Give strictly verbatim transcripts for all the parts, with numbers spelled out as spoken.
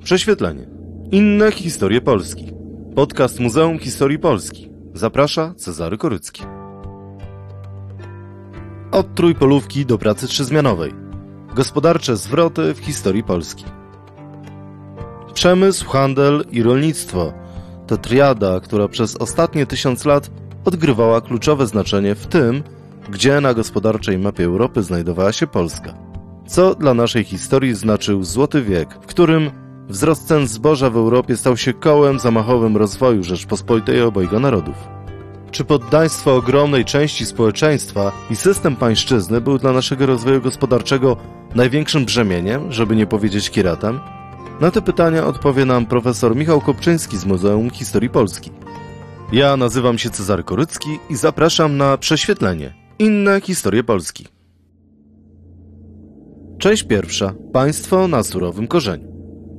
Prześwietlenie. Inne historie Polski. Podcast Muzeum Historii Polski. Zaprasza Cezary Korycki. Od trójpolówki do pracy trzyzmianowej. Gospodarcze zwroty w historii Polski. Przemysł, handel i rolnictwo to triada, która przez ostatnie tysiąc lat odgrywała kluczowe znaczenie w tym, gdzie na gospodarczej mapie Europy znajdowała się Polska. Co dla naszej historii znaczył Złoty Wiek, w którym wzrost cen zboża w Europie stał się kołem zamachowym rozwoju Rzeczpospolitej obojga narodów. Czy poddaństwo ogromnej części społeczeństwa i system pańszczyzny był dla naszego rozwoju gospodarczego największym brzemieniem, żeby nie powiedzieć kiratem? Na te pytania odpowie nam profesor Michał Kopczyński z Muzeum Historii Polski. Ja nazywam się Cezary Korycki i zapraszam na Prześwietlenie. Inne historie Polski. Część pierwsza. Państwo na surowym korzeniu.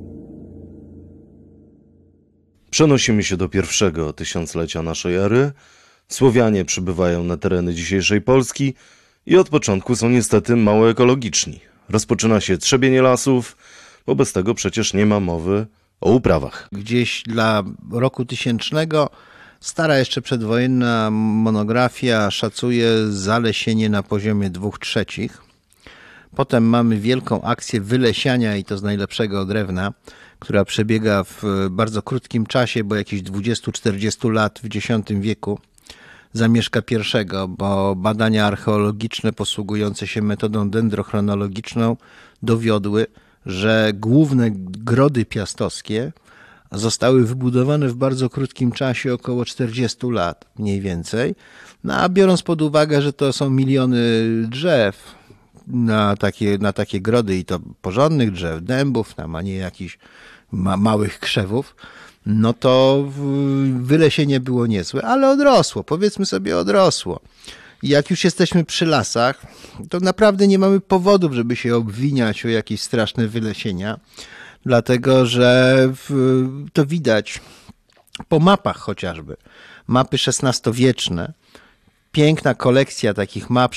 Przenosimy się do pierwszego tysiąclecia naszej ery. Słowianie przybywają na tereny dzisiejszej Polski i od początku są niestety mało ekologiczni. Rozpoczyna się trzebienie lasów, wobec tego przecież nie ma mowy o uprawach. Gdzieś dla roku tysięcznego stara jeszcze przedwojenna monografia szacuje zalesienie na poziomie dwóch trzecich. Potem mamy wielką akcję wylesiania i to z najlepszego drewna, która przebiega w bardzo krótkim czasie, bo jakieś dwadzieścia czterdzieści lat w dziesiątym wieku zamieszka pierwszego, bo badania archeologiczne posługujące się metodą dendrochronologiczną dowiodły, że główne grody piastowskie zostały wybudowane w bardzo krótkim czasie, około czterdzieści lat mniej więcej. No a biorąc pod uwagę, że to są miliony drzew na takie, na takie grody i to porządnych drzew, dębów, tam, a nie jakichś ma, małych krzewów, no to wylesienie było niezłe, ale odrosło, powiedzmy sobie odrosło. I jak już jesteśmy przy lasach, to naprawdę nie mamy powodów, żeby się obwiniać o jakieś straszne wylesienia, dlatego że to widać po mapach chociażby. Mapy szesnastowieczne. Piękna kolekcja takich map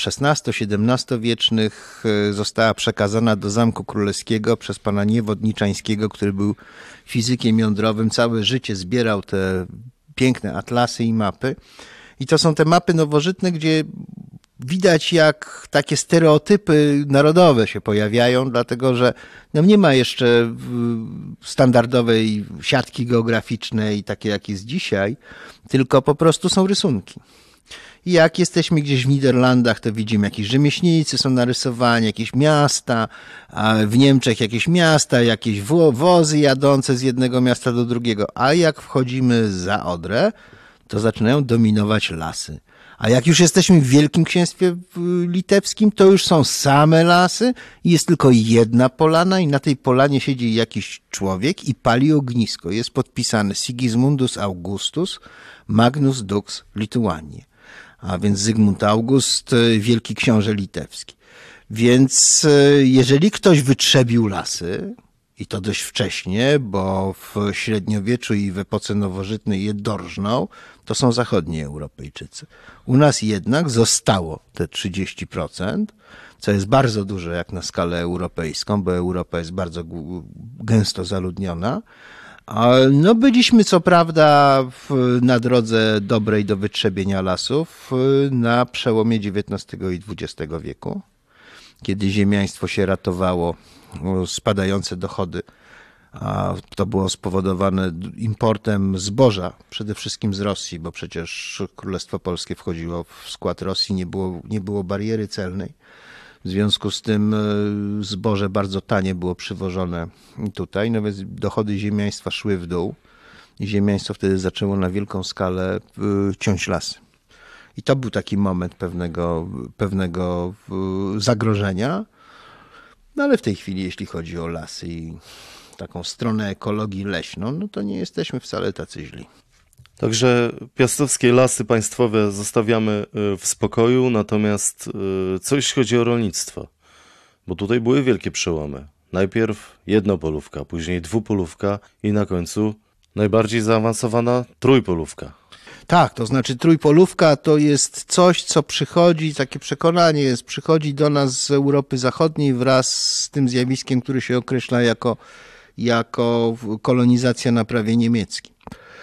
szesnasto-siedemnastowiecznych została przekazana do Zamku Królewskiego przez pana Niewodniczańskiego, który był fizykiem jądrowym. Całe życie zbierał te piękne atlasy i mapy. I to są te mapy nowożytne, gdzie widać, jak takie stereotypy narodowe się pojawiają, dlatego że no nie ma jeszcze standardowej siatki geograficznej, takiej jak jest dzisiaj, tylko po prostu są rysunki. I jak jesteśmy gdzieś w Niderlandach, to widzimy, jakieś rzemieślnicy są narysowani, jakieś miasta, a w Niemczech jakieś miasta, jakieś wozy jadące z jednego miasta do drugiego. A jak wchodzimy za Odrę, to zaczynają dominować lasy. A jak już jesteśmy w Wielkim Księstwie Litewskim, to już są same lasy i jest tylko jedna polana i na tej polanie siedzi jakiś człowiek i pali ognisko. Jest podpisany Sigismundus Augustus Magnus Dux Lituaniae. A więc Zygmunt August, wielki książę litewski. Więc jeżeli ktoś wytrzebił lasy, i to dość wcześnie, bo w średniowieczu i w epoce nowożytnej je dorżnął, to są zachodni Europejczycy. U nas jednak zostało te trzydzieści procent, co jest bardzo dużo jak na skalę europejską, bo Europa jest bardzo gęsto zaludniona. No byliśmy co prawda w, na drodze dobrej do wytrzebienia lasów na przełomie dziewiętnastego i dwudziestego wieku, kiedy ziemiaństwo się ratowało spadające dochody, a to było spowodowane importem zboża, przede wszystkim z Rosji, bo przecież Królestwo Polskie wchodziło w skład Rosji, nie było, nie było bariery celnej. W związku z tym zboże bardzo tanie było przywożone tutaj, no więc dochody ziemiaństwa szły w dół i ziemiaństwo wtedy zaczęło na wielką skalę ciąć lasy. I to był taki moment pewnego, pewnego zagrożenia, no ale w tej chwili, jeśli chodzi o lasy i taką stronę ekologii leśną, no to nie jesteśmy wcale tacy źli. Także piastowskie lasy państwowe zostawiamy w spokoju, natomiast co jeśli chodzi o rolnictwo? Bo tutaj były wielkie przełomy. Najpierw jednopolówka, później dwupolówka i na końcu najbardziej zaawansowana trójpolówka. Tak, to znaczy trójpolówka to jest coś, co przychodzi, takie przekonanie jest, przychodzi do nas z Europy Zachodniej wraz z tym zjawiskiem, które się określa jako jako kolonizacja na prawie niemieckim.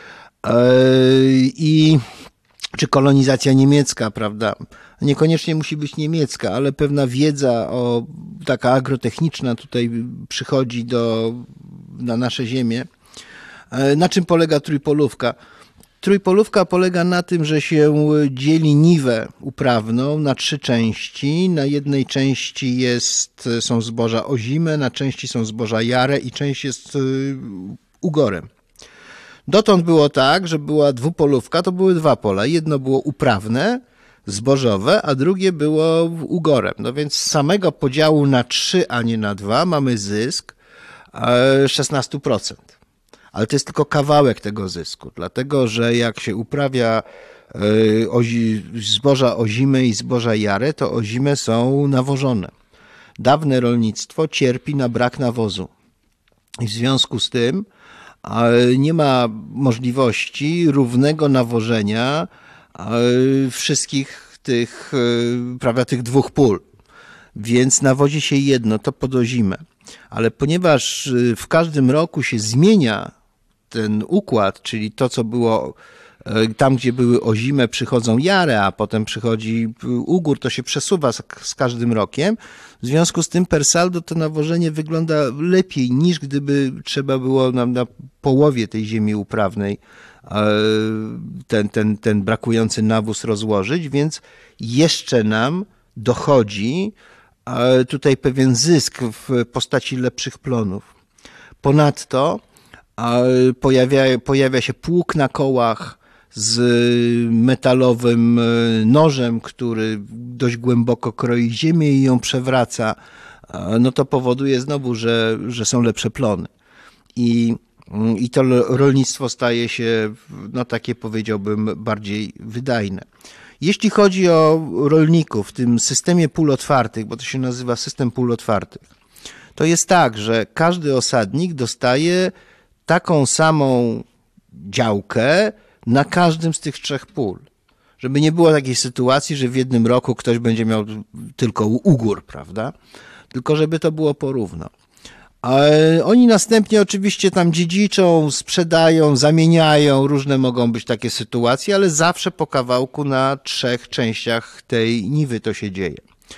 I czy kolonizacja niemiecka, prawda? Niekoniecznie musi być niemiecka, ale pewna wiedza o, taka agrotechniczna tutaj przychodzi do, na nasze ziemię. Na czym polega trójpolówka? Trójpolówka polega na tym, że się dzieli niwę uprawną na trzy części. Na jednej części jest, są zboża ozime, na części są zboża jare i część jest ugorem. Dotąd było tak, że była dwupolówka, to były dwa pola. Jedno było uprawne, zbożowe, a drugie było ugorem. No więc z samego podziału na trzy, a nie na dwa mamy zysk szesnaście procent. Ale to jest tylko kawałek tego zysku, dlatego że jak się uprawia zboża ozime i zboża jare, to ozime są nawożone. Dawne rolnictwo cierpi na brak nawozu. I w związku z tym nie ma możliwości równego nawożenia wszystkich tych, prawda, tych dwóch pól. Więc nawozi się jedno, to pod ozimę. Ale ponieważ w każdym roku się zmienia ten układ, czyli to, co było tam, gdzie były ozime, przychodzą jare, a potem przychodzi ugór, to się przesuwa z, z każdym rokiem. W związku z tym per saldo to nawożenie wygląda lepiej, niż gdyby trzeba było nam na połowie tej ziemi uprawnej ten, ten, ten brakujący nawóz rozłożyć, więc jeszcze nam dochodzi tutaj pewien zysk w postaci lepszych plonów. Ponadto pojawia, pojawia się pług na kołach z metalowym nożem, który dość głęboko kroi ziemię i ją przewraca. No to powoduje znowu, że, że są lepsze plony. I, i to rolnictwo staje się, no takie powiedziałbym, bardziej wydajne. Jeśli chodzi o rolników w tym systemie pól otwartych, bo to się nazywa system pól otwartych, to jest tak, że każdy osadnik dostaje taką samą działkę na każdym z tych trzech pól. Żeby nie było takiej sytuacji, że w jednym roku ktoś będzie miał tylko ugór, prawda? Tylko żeby to było porówno. A oni następnie oczywiście tam dziedziczą, sprzedają, zamieniają, różne mogą być takie sytuacje, ale zawsze po kawałku na trzech częściach tej niwy to się dzieje.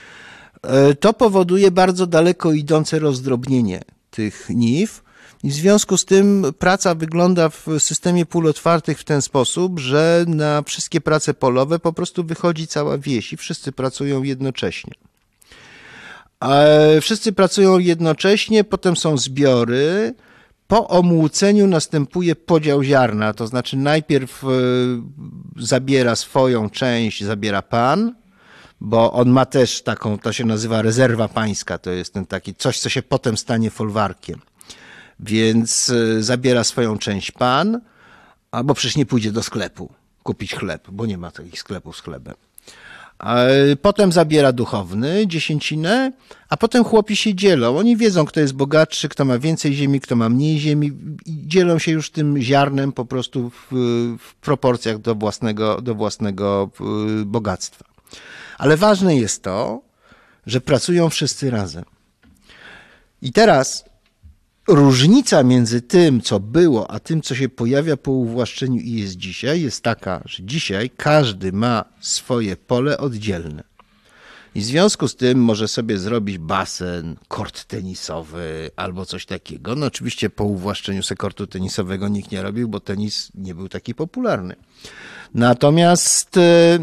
To powoduje bardzo daleko idące rozdrobnienie tych niw i w związku z tym praca wygląda w systemie pól otwartych w ten sposób, że na wszystkie prace polowe po prostu wychodzi cała wieś i wszyscy pracują jednocześnie. Wszyscy pracują jednocześnie, potem są zbiory. Po omłóceniu następuje podział ziarna, to znaczy najpierw zabiera swoją część, zabiera pan, bo on ma też taką, to się nazywa rezerwa pańska, to jest ten taki coś, co się potem stanie folwarkiem. Więc zabiera swoją część pan, albo przecież nie pójdzie do sklepu kupić chleb, bo nie ma takich sklepów z chlebem. Potem zabiera duchowny dziesięcinę, a potem chłopi się dzielą. Oni wiedzą, kto jest bogatszy, kto ma więcej ziemi, kto ma mniej ziemi i dzielą się już tym ziarnem po prostu w, w proporcjach do własnego, do własnego bogactwa. Ale ważne jest to, że pracują wszyscy razem. I teraz różnica między tym, co było, a tym, co się pojawia po uwłaszczeniu i jest dzisiaj, jest taka, że dzisiaj każdy ma swoje pole oddzielne. I w związku z tym może sobie zrobić basen, kort tenisowy albo coś takiego. No oczywiście po uwłaszczeniu se kortu tenisowego nikt nie robił, bo tenis nie był taki popularny. Natomiast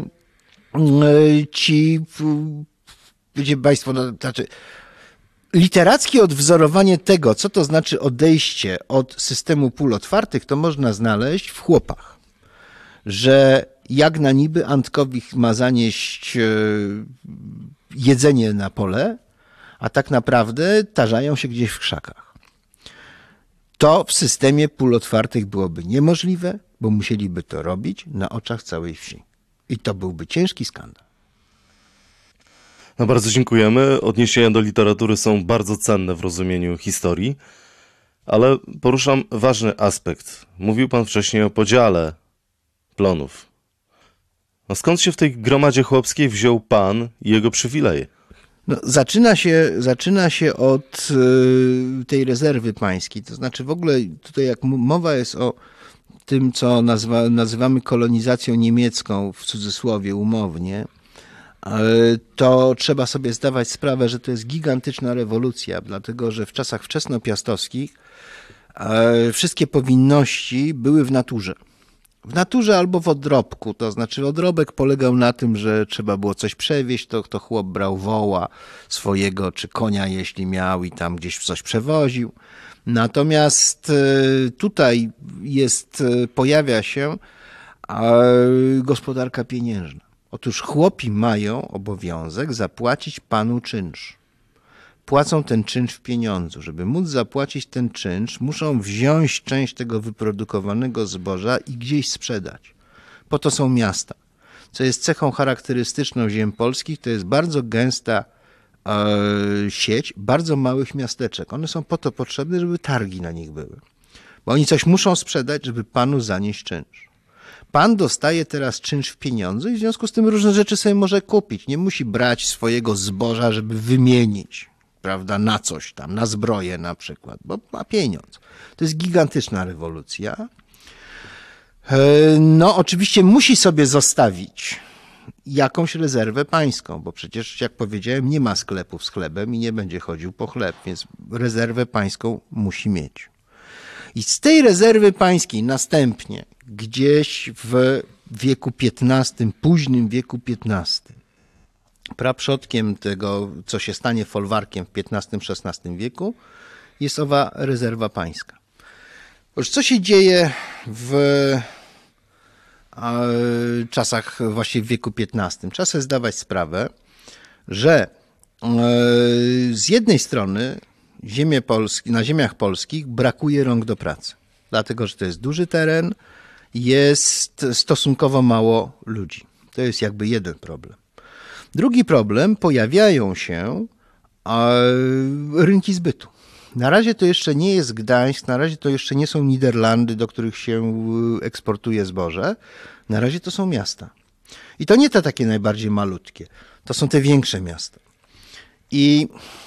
ci, wiecie państwo, no, znaczy literackie odwzorowanie tego, co to znaczy odejście od systemu pól otwartych, to można znaleźć w Chłopach. Że jagna niby Antkowi ma zanieść jedzenie na pole, a tak naprawdę tarzają się gdzieś w krzakach. To w systemie pól otwartych byłoby niemożliwe, bo musieliby to robić na oczach całej wsi. I to byłby ciężki skandal. No bardzo dziękujemy. Odniesienia do literatury są bardzo cenne w rozumieniu historii, ale poruszam ważny aspekt. Mówił pan wcześniej o podziale plonów. No skąd się w tej gromadzie chłopskiej wziął pan i jego przywileje? No, zaczyna się, zaczyna się od y, tej rezerwy pańskiej. To znaczy w ogóle tutaj jak mowa jest o tym, co nazwa, nazywamy kolonizacją niemiecką, w cudzysłowie umownie, to trzeba sobie zdawać sprawę, że to jest gigantyczna rewolucja, dlatego że w czasach wczesnopiastowskich wszystkie powinności były w naturze. W naturze albo w odrobku, to znaczy odrobek polegał na tym, że trzeba było coś przewieźć, to, to chłop brał woła swojego czy konia, jeśli miał i tam gdzieś coś przewoził. Natomiast tutaj jest, pojawia się gospodarka pieniężna. Otóż chłopi mają obowiązek zapłacić panu czynsz. Płacą ten czynsz w pieniądzu. Żeby móc zapłacić ten czynsz, muszą wziąć część tego wyprodukowanego zboża i gdzieś sprzedać. Po to są miasta. Co jest cechą charakterystyczną ziem polskich, to jest bardzo gęsta e, sieć bardzo małych miasteczek. One są po to potrzebne, żeby targi na nich były. Bo oni coś muszą sprzedać, żeby panu zanieść czynsz. Pan dostaje teraz czynsz w pieniądzu i w związku z tym różne rzeczy sobie może kupić. Nie musi brać swojego zboża, żeby wymienić, prawda, na coś tam, na zbroję na przykład, bo ma pieniądz. To jest gigantyczna rewolucja. No oczywiście musi sobie zostawić jakąś rezerwę pańską, bo przecież, jak powiedziałem, nie ma sklepów z chlebem i nie będzie chodził po chleb, więc rezerwę pańską musi mieć. I z tej rezerwy pańskiej następnie gdzieś w wieku piętnastym, późnym wieku piętnastym, praprzodkiem tego, co się stanie folwarkiem w piętnastym, szesnastym wieku, jest owa rezerwa pańska. Otóż co się dzieje w czasach właśnie w wieku piętnastym? Trzeba sobie zdawać sprawę, że z jednej strony ziemie polskie, na ziemiach polskich brakuje rąk do pracy, dlatego że to jest duży teren, jest stosunkowo mało ludzi. To jest jakby jeden problem. Drugi problem, pojawiają się rynki zbytu. Na razie to jeszcze nie jest Gdańsk, na razie to jeszcze nie są Niderlandy, do których się eksportuje zboże. Na razie to są miasta. I to nie te takie najbardziej malutkie, to są te większe miasta. I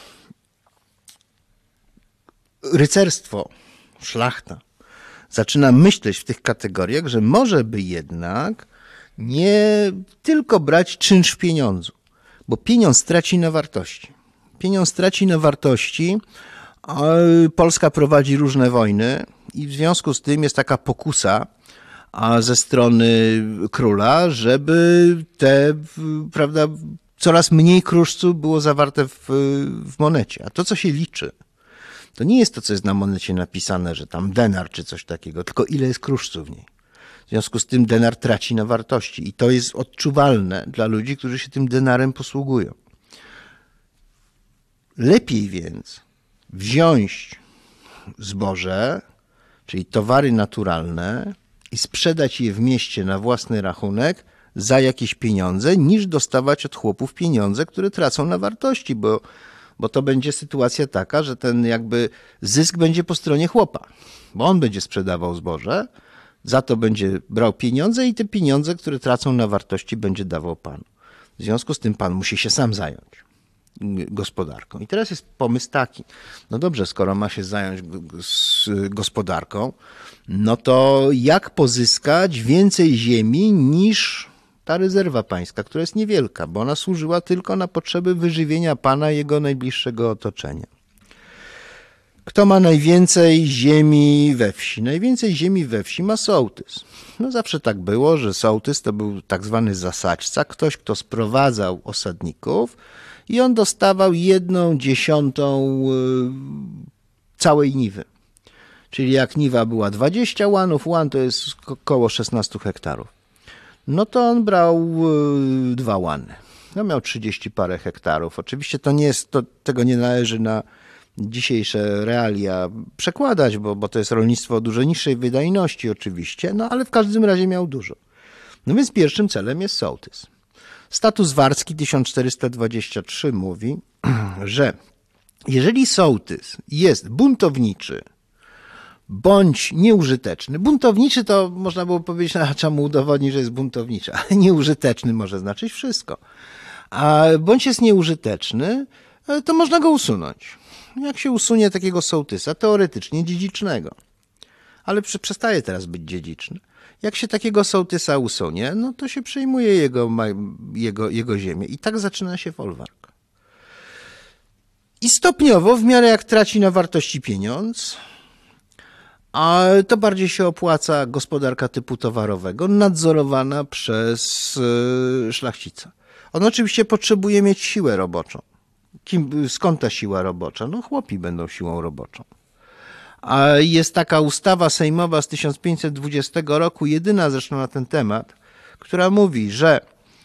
rycerstwo, szlachta zaczyna myśleć w tych kategoriach, że może by jednak nie tylko brać czynsz w pieniądzu, bo pieniądz traci na wartości. Pieniądz traci na wartości, a Polska prowadzi różne wojny i w związku z tym jest taka pokusa ze strony króla, żeby te, prawda, coraz mniej kruszcu było zawarte w, w monecie. A to, co się liczy, to nie jest to, co jest na monecie napisane, że tam denar czy coś takiego, tylko ile jest kruszcu w niej. W związku z tym denar traci na wartości i to jest odczuwalne dla ludzi, którzy się tym denarem posługują. Lepiej więc wziąć zboże, czyli towary naturalne i sprzedać je w mieście na własny rachunek za jakieś pieniądze, niż dostawać od chłopów pieniądze, które tracą na wartości, bo Bo to będzie sytuacja taka, że ten jakby zysk będzie po stronie chłopa, bo on będzie sprzedawał zboże, za to będzie brał pieniądze i te pieniądze, które tracą na wartości, będzie dawał panu. W związku z tym pan musi się sam zająć gospodarką. I teraz jest pomysł taki, no dobrze, skoro ma się zająć gospodarką, no to jak pozyskać więcej ziemi niż ta rezerwa pańska, która jest niewielka, bo ona służyła tylko na potrzeby wyżywienia pana i jego najbliższego otoczenia. Kto ma najwięcej ziemi we wsi? Najwięcej ziemi we wsi ma sołtys. No zawsze tak było, że sołtys to był tak zwany zasadźca, ktoś, kto sprowadzał osadników i on dostawał jedną dziesiątą całej niwy. Czyli jak niwa była dwadzieścia łanów, łan to jest około szesnaście hektarów. No to on brał y, dwa łany. No miał trzydzieści parę hektarów. Oczywiście to nie jest, to, tego nie należy na dzisiejsze realia przekładać, bo, bo to jest rolnictwo o dużo niższej wydajności oczywiście, no ale w każdym razie miał dużo. No więc pierwszym celem jest sołtys. Status warski tysiąc czterysta dwadzieścia trzy mówi, że jeżeli sołtys jest buntowniczy, bądź nieużyteczny. Buntowniczy to można było powiedzieć, a trzeba mu udowodnić, że jest buntowniczy, ale nieużyteczny może znaczyć wszystko. a bądź jest nieużyteczny, to można go usunąć. Jak się usunie takiego sołtysa, teoretycznie dziedzicznego, ale przestaje teraz być dziedziczny. Jak się takiego sołtysa usunie, no to się przejmuje jego, jego, jego ziemię i tak zaczyna się folwark. I stopniowo, w miarę jak traci na wartości pieniądz, a to bardziej się opłaca gospodarka typu towarowego, nadzorowana przez szlachcica. On oczywiście potrzebuje mieć siłę roboczą. Kim, skąd ta siła robocza? No chłopi będą siłą roboczą. A jest taka ustawa sejmowa z tysiąc pięćset dwudziestego roku, jedyna zresztą na ten temat, która mówi, że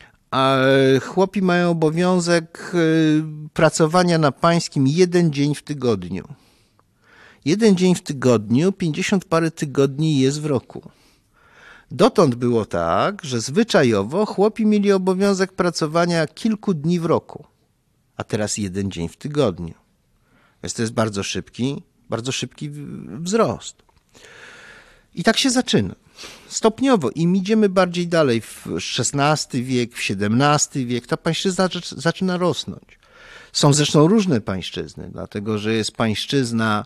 chłopi mają obowiązek pracowania na pańskim jeden dzień w tygodniu. Jeden dzień w tygodniu, pięćdziesiąt parę tygodni jest w roku. Dotąd było tak, że zwyczajowo chłopi mieli obowiązek pracowania kilku dni w roku, a teraz jeden dzień w tygodniu. Więc to jest bardzo szybki, bardzo szybki wzrost. I tak się zaczyna. Stopniowo, im idziemy bardziej dalej, w szesnasty wiek, w siedemnasty wiek, ta pańszczyzna zaczyna rosnąć. Są zresztą różne pańszczyzny, dlatego że jest pańszczyzna,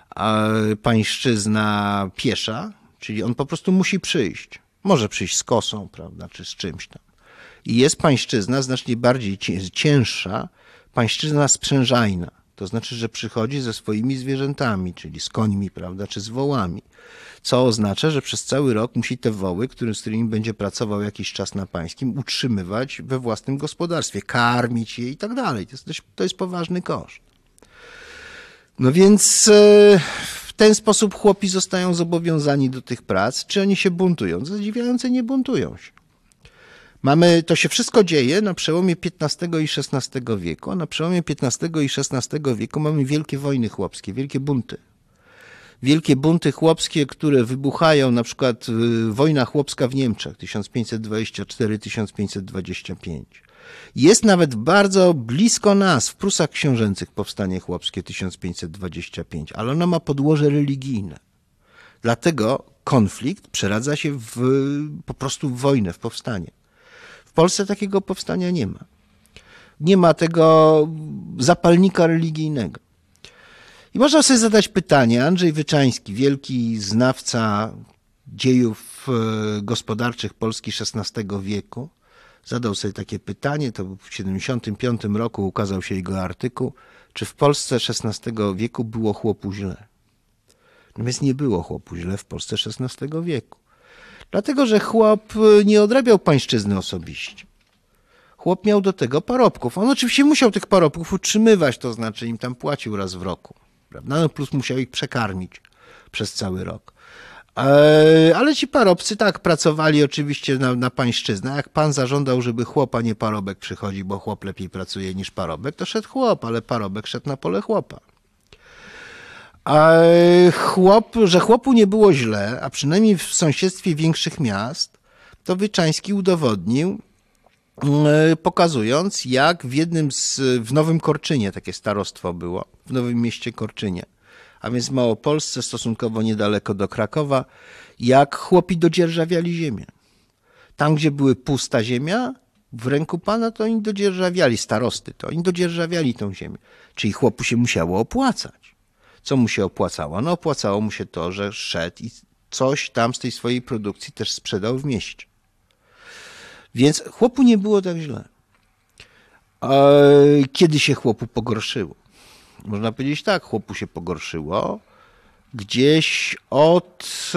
pańszczyzna piesza, czyli on po prostu musi przyjść. Może przyjść z kosą, prawda, czy z czymś tam. I jest pańszczyzna znacznie bardziej cięższa, pańszczyzna sprzężajna. To znaczy, że przychodzi ze swoimi zwierzętami, czyli z końmi, prawda, czy z wołami. Co oznacza, że przez cały rok musi te woły, który, z którymi będzie pracował jakiś czas na pańskim, utrzymywać we własnym gospodarstwie, karmić je i tak dalej. To jest, dość, to jest poważny koszt. No więc e, w ten sposób chłopi zostają zobowiązani do tych prac. Czy oni się buntują? Zadziwiające, nie buntują się. Mamy, to się wszystko dzieje na przełomie piętnastego i szesnastego wieku, a na przełomie piętnastego i szesnastego wieku mamy wielkie wojny chłopskie, wielkie bunty. Wielkie bunty chłopskie, które wybuchają, na przykład wojna chłopska w Niemczech tysiąc pięćset dwadzieścia cztery do tysiąc pięćset dwadzieścia pięć. Jest nawet bardzo blisko nas, w Prusach Książęcych, powstanie chłopskie tysiąc pięćset dwadzieścia pięć, ale ono ma podłoże religijne. Dlatego konflikt przeradza się w, po prostu w wojnę, w powstanie. W Polsce takiego powstania nie ma. Nie ma tego zapalnika religijnego. I można sobie zadać pytanie, Andrzej Wyczański, wielki znawca dziejów gospodarczych Polski szesnastego wieku, zadał sobie takie pytanie, to w tysiąc dziewięćset siedemdziesiątym piątym roku ukazał się jego artykuł, czy w Polsce szesnastego wieku było chłopu źle. Natomiast nie było chłopu źle w Polsce szesnastego wieku. Dlatego, że chłop nie odrabiał pańszczyzny osobiście. Chłop miał do tego parobków. On oczywiście musiał tych parobków utrzymywać, to znaczy im tam płacił raz w roku. Prawda? No plus musiał ich przekarmić przez cały rok. Ale ci parobcy tak pracowali oczywiście na, na pańszczyznę. Jak pan zażądał, żeby chłop, a nie parobek przychodzi, bo chłop lepiej pracuje niż parobek, to szedł chłop, ale parobek szedł na pole chłopa. A chłop, że chłopu nie było źle, a przynajmniej w sąsiedztwie większych miast, to Wyczański udowodnił, pokazując, jak w jednym z, w Nowym Korczynie takie starostwo było, w Nowym Mieście Korczynie, a więc w Małopolsce, stosunkowo niedaleko do Krakowa, jak chłopi dodzierżawiali ziemię. Tam, gdzie były pusta ziemia, w ręku pana, to oni dodzierżawiali, starosty, to oni dodzierżawiali tą ziemię. Czyli chłopu się musiało opłacać. Co mu się opłacało? No opłacało mu się to, że szedł i coś tam z tej swojej produkcji też sprzedał w mieście. Więc chłopu nie było tak źle. Kiedy się chłopu pogorszyło? Można powiedzieć tak, chłopu się pogorszyło gdzieś od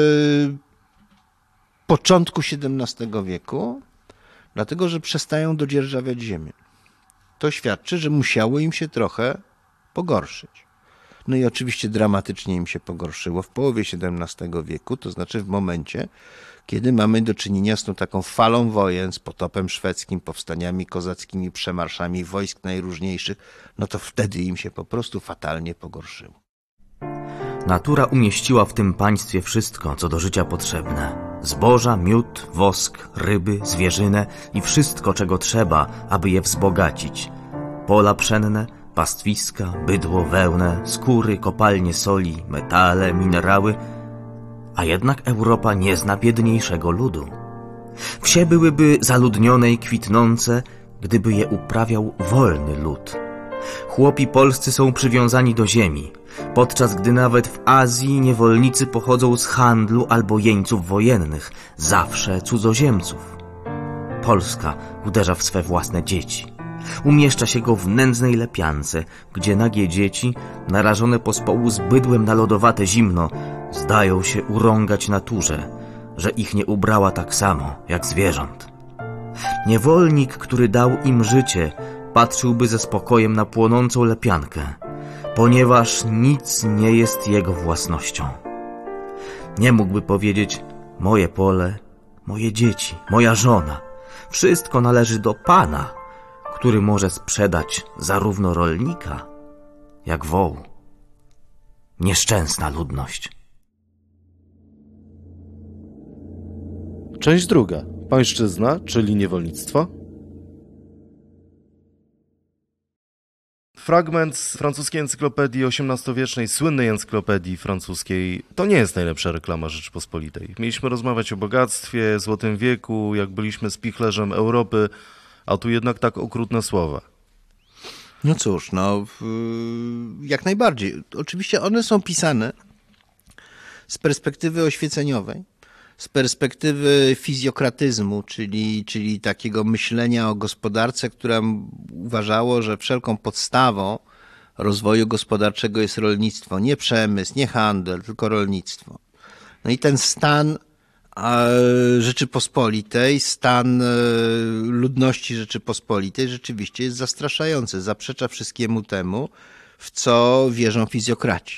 początku siedemnastego wieku, dlatego że przestają dodzierżawiać ziemię. To świadczy, że musiało im się trochę pogorszyć. No i oczywiście dramatycznie im się pogorszyło w połowie siedemnastego wieku, to znaczy w momencie, kiedy mamy do czynienia z tą taką falą wojen, z potopem szwedzkim, powstaniami kozackimi, przemarszami wojsk najróżniejszych, no to wtedy im się po prostu fatalnie pogorszyło. Natura umieściła w tym państwie wszystko, co do życia potrzebne. Zboża, miód, wosk, ryby, zwierzynę i wszystko, czego trzeba, aby je wzbogacić. Pola pszenne, pastwiska, bydło, wełnę, skóry, kopalnie soli, metale, minerały, a jednak Europa nie zna biedniejszego ludu. Wsie byłyby zaludnione i kwitnące, gdyby je uprawiał wolny lud. Chłopi polscy są przywiązani do ziemi, podczas gdy nawet w Azji niewolnicy pochodzą z handlu albo jeńców wojennych, zawsze cudzoziemców. Polska uderza w swe własne dzieci. Umieszcza się go w nędznej lepiance, gdzie nagie dzieci, narażone pospołu z bydłem na lodowate zimno, zdają się urągać naturze, że ich nie ubrała tak samo jak zwierząt. Niewolnik, który dał im życie, patrzyłby ze spokojem na płonącą lepiankę, ponieważ nic nie jest jego własnością. Nie mógłby powiedzieć: moje pole, moje dzieci, moja żona, wszystko należy do Pana, który może sprzedać zarówno rolnika, jak wołu. Nieszczęsna ludność. Część druga. Pańszczyzna, czyli niewolnictwo. Fragment z francuskiej encyklopedii osiemnastowiecznej, słynnej encyklopedii francuskiej. To nie jest najlepsza reklama Rzeczypospolitej. Mieliśmy rozmawiać o bogactwie, złotym wieku, jak byliśmy spichlerzem Europy, a tu jednak tak okrutne słowa. No cóż, no jak najbardziej. Oczywiście one są pisane z perspektywy oświeceniowej, z perspektywy fizjokratyzmu, czyli, czyli takiego myślenia o gospodarce, która uważało, że wszelką podstawą rozwoju gospodarczego jest rolnictwo. Nie przemysł, nie handel, tylko rolnictwo. No i ten stan Rzeczypospolitej, stan ludności Rzeczypospolitej rzeczywiście jest zastraszający. Zaprzecza wszystkiemu temu, w co wierzą fizjokraci.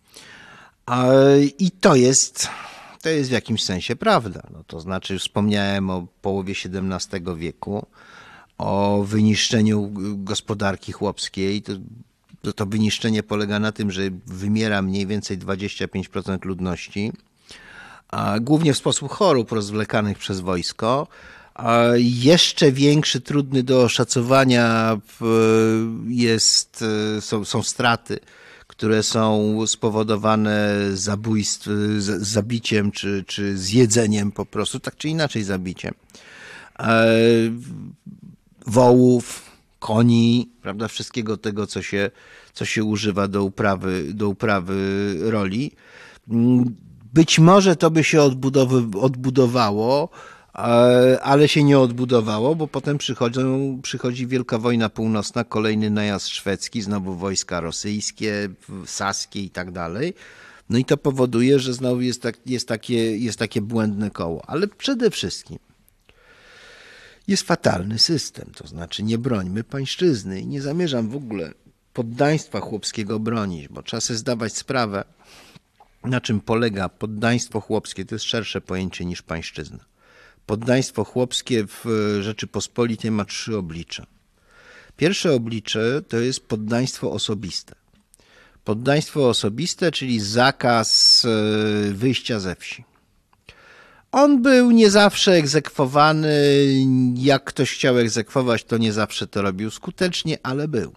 I to jest... To jest w jakimś sensie prawda. No, to znaczy, już wspomniałem o połowie siedemnastego wieku, o wyniszczeniu gospodarki chłopskiej. To, to, to wyniszczenie polega na tym, że wymiera mniej więcej dwadzieścia pięć procent ludności, a głównie w sposób chorób rozwlekanych przez wojsko. A jeszcze większy, trudny do oszacowania jest, są, są straty, które są spowodowane zabójstw, zabiciem czy, czy zjedzeniem po prostu, tak czy inaczej zabiciem. Wołów, koni, prawda, wszystkiego tego, co się, co się używa do uprawy, do uprawy roli. Być może to by się odbudowy, odbudowało, ale się nie odbudowało, bo potem przychodzą, przychodzi Wielka Wojna Północna, kolejny najazd szwedzki, znowu wojska rosyjskie, saskie i tak dalej. No i to powoduje, że znowu jest, tak, jest, takie, jest takie błędne koło. Ale przede wszystkim jest fatalny system, to znaczy nie brońmy pańszczyzny i nie zamierzam w ogóle poddaństwa chłopskiego bronić, bo trzeba sobie zdawać sprawę, na czym polega poddaństwo chłopskie. To jest szersze pojęcie niż pańszczyzna. Poddaństwo chłopskie w Rzeczypospolitej ma trzy oblicza. Pierwsze oblicze to jest poddaństwo osobiste. Poddaństwo osobiste, czyli zakaz wyjścia ze wsi. On był nie zawsze egzekwowany. Jak ktoś chciał egzekwować, to nie zawsze to robił skutecznie, ale był.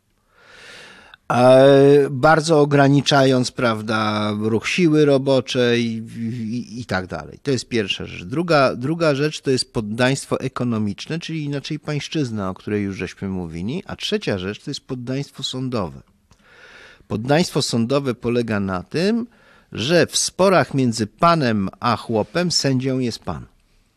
Bardzo ograniczając, prawda, ruch siły roboczej i, i tak dalej. To jest pierwsza rzecz. Druga, druga rzecz to jest poddaństwo ekonomiczne, czyli inaczej pańszczyzna, o której już żeśmy mówili. A trzecia rzecz to jest poddaństwo sądowe. Poddaństwo sądowe polega na tym, że w sporach między panem a chłopem sędzią jest pan.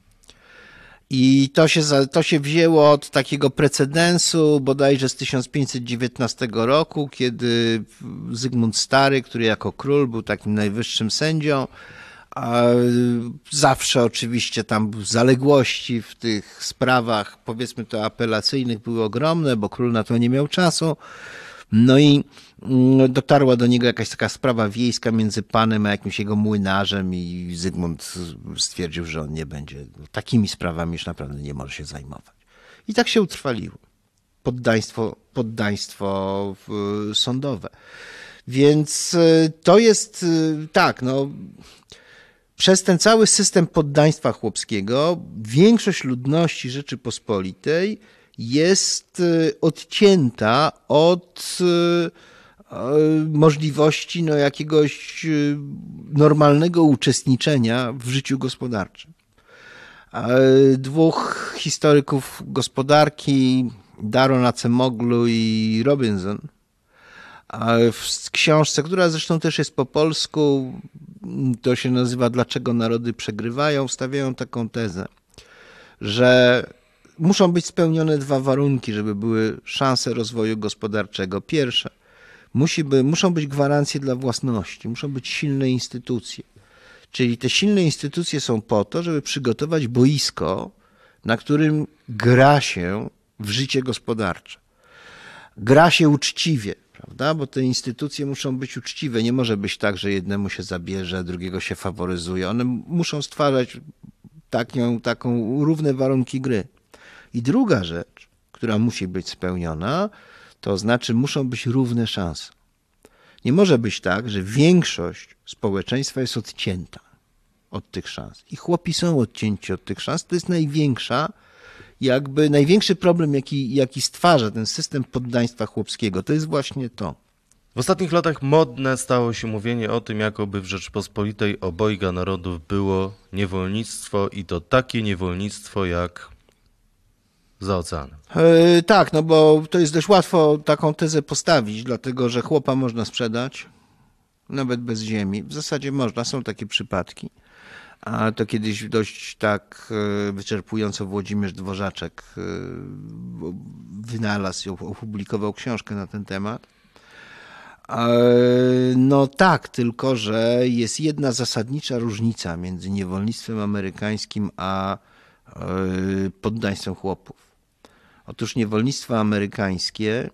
I to się, to się wzięło od takiego precedensu bodajże z tysiąc pięćset dziewiętnastego roku, kiedy Zygmunt Stary, który jako król był takim najwyższym sędzią, a zawsze oczywiście tam zaległości w tych sprawach, powiedzmy to apelacyjnych, były ogromne, bo król na to nie miał czasu. No i dotarła do niego jakaś taka sprawa wiejska między panem a jakimś jego młynarzem i Zygmunt stwierdził, że on nie będzie, takimi sprawami już naprawdę nie może się zajmować. I tak się utrwaliło. Poddaństwo, poddaństwo sądowe. Więc to jest tak, no... Przez ten cały system poddaństwa chłopskiego większość ludności Rzeczypospolitej jest odcięta od możliwości no, jakiegoś normalnego uczestniczenia w życiu gospodarczym. Dwóch historyków gospodarki, Daron Acemoglu i Robinson, w książce, która zresztą też jest po polsku, to się nazywa Dlaczego narody przegrywają, stawiają taką tezę, że muszą być spełnione dwa warunki, żeby były szanse rozwoju gospodarczego. Pierwsze, musi by, muszą być gwarancje dla własności, muszą być silne instytucje. Czyli te silne instytucje są po to, żeby przygotować boisko, na którym gra się w życie gospodarcze. Gra się uczciwie, prawda? Bo te instytucje muszą być uczciwe. Nie może być tak, że jednemu się zabierze, drugiego się faworyzuje. One muszą stwarzać taką, taką równe warunki gry. I druga rzecz, która musi być spełniona, to znaczy muszą być równe szanse. Nie może być tak, że większość społeczeństwa jest odcięta od tych szans. I chłopi są odcięci od tych szans. To jest największa, jakby największy problem, jaki, jaki stwarza ten system poddaństwa chłopskiego. To jest właśnie to. W ostatnich latach modne stało się mówienie o tym, jakoby w Rzeczypospolitej obojga narodów było niewolnictwo i to takie niewolnictwo jak za oceanem. Yy, tak, no bo to jest dość łatwo taką tezę postawić, dlatego że chłopa można sprzedać, nawet bez ziemi. W zasadzie można, są takie przypadki. A to kiedyś dość tak wyczerpująco Włodzimierz Dworzaczek wynalazł i opublikował książkę na ten temat. No tak, tylko że jest jedna zasadnicza różnica między niewolnictwem amerykańskim a poddaństwem chłopów. Otóż niewolnictwo amerykańskie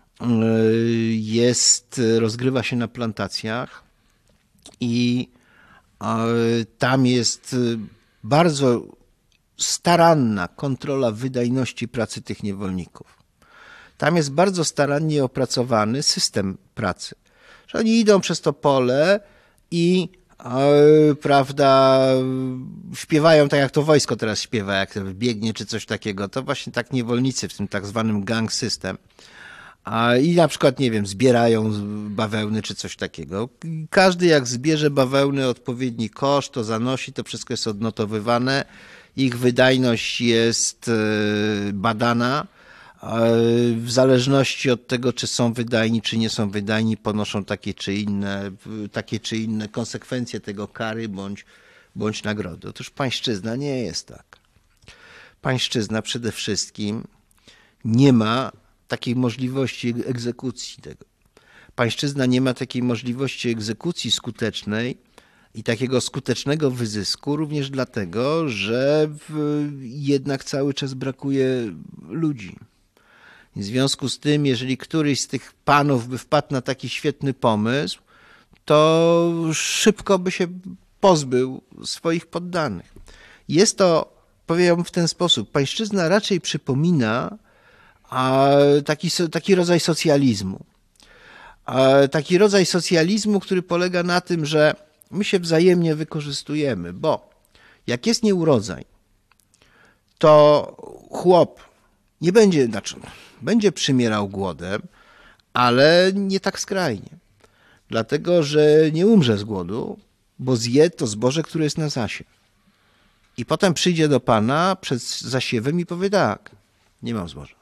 jest, rozgrywa się na plantacjach i tam jest bardzo staranna kontrola wydajności pracy tych niewolników. Tam jest bardzo starannie opracowany system pracy. Że oni idą przez to pole i yy, prawda, śpiewają tak jak to wojsko teraz śpiewa, jak biegnie czy coś takiego. To właśnie tak niewolnicy w tym tak zwanym gang system. I na przykład, nie wiem, zbierają bawełny czy coś takiego. Każdy jak zbierze bawełny odpowiedni koszt, to zanosi, to wszystko jest odnotowywane. Ich wydajność jest badana. W zależności od tego, czy są wydajni, czy nie są wydajni, ponoszą takie czy inne, takie czy inne konsekwencje tego, kary bądź, bądź nagrody. Otóż pańszczyzna nie jest tak. Pańszczyzna przede wszystkim nie ma takiej możliwości egzekucji tego. Pańszczyzna nie ma takiej możliwości egzekucji skutecznej i takiego skutecznego wyzysku również dlatego, że jednak cały czas brakuje ludzi. W związku z tym, jeżeli któryś z tych panów by wpadł na taki świetny pomysł, to szybko by się pozbył swoich poddanych. Jest to, powiem w ten sposób, pańszczyzna raczej przypomina a taki, taki rodzaj socjalizmu. A taki rodzaj socjalizmu, który polega na tym, że my się wzajemnie wykorzystujemy, bo jak jest nieurodzaj, to chłop nie będzie, znaczy będzie przymierał głodem, ale nie tak skrajnie. Dlatego, że nie umrze z głodu, bo zje to zboże, które jest na zasiew. I potem przyjdzie do pana przed zasiewem i powie tak, nie mam zboża.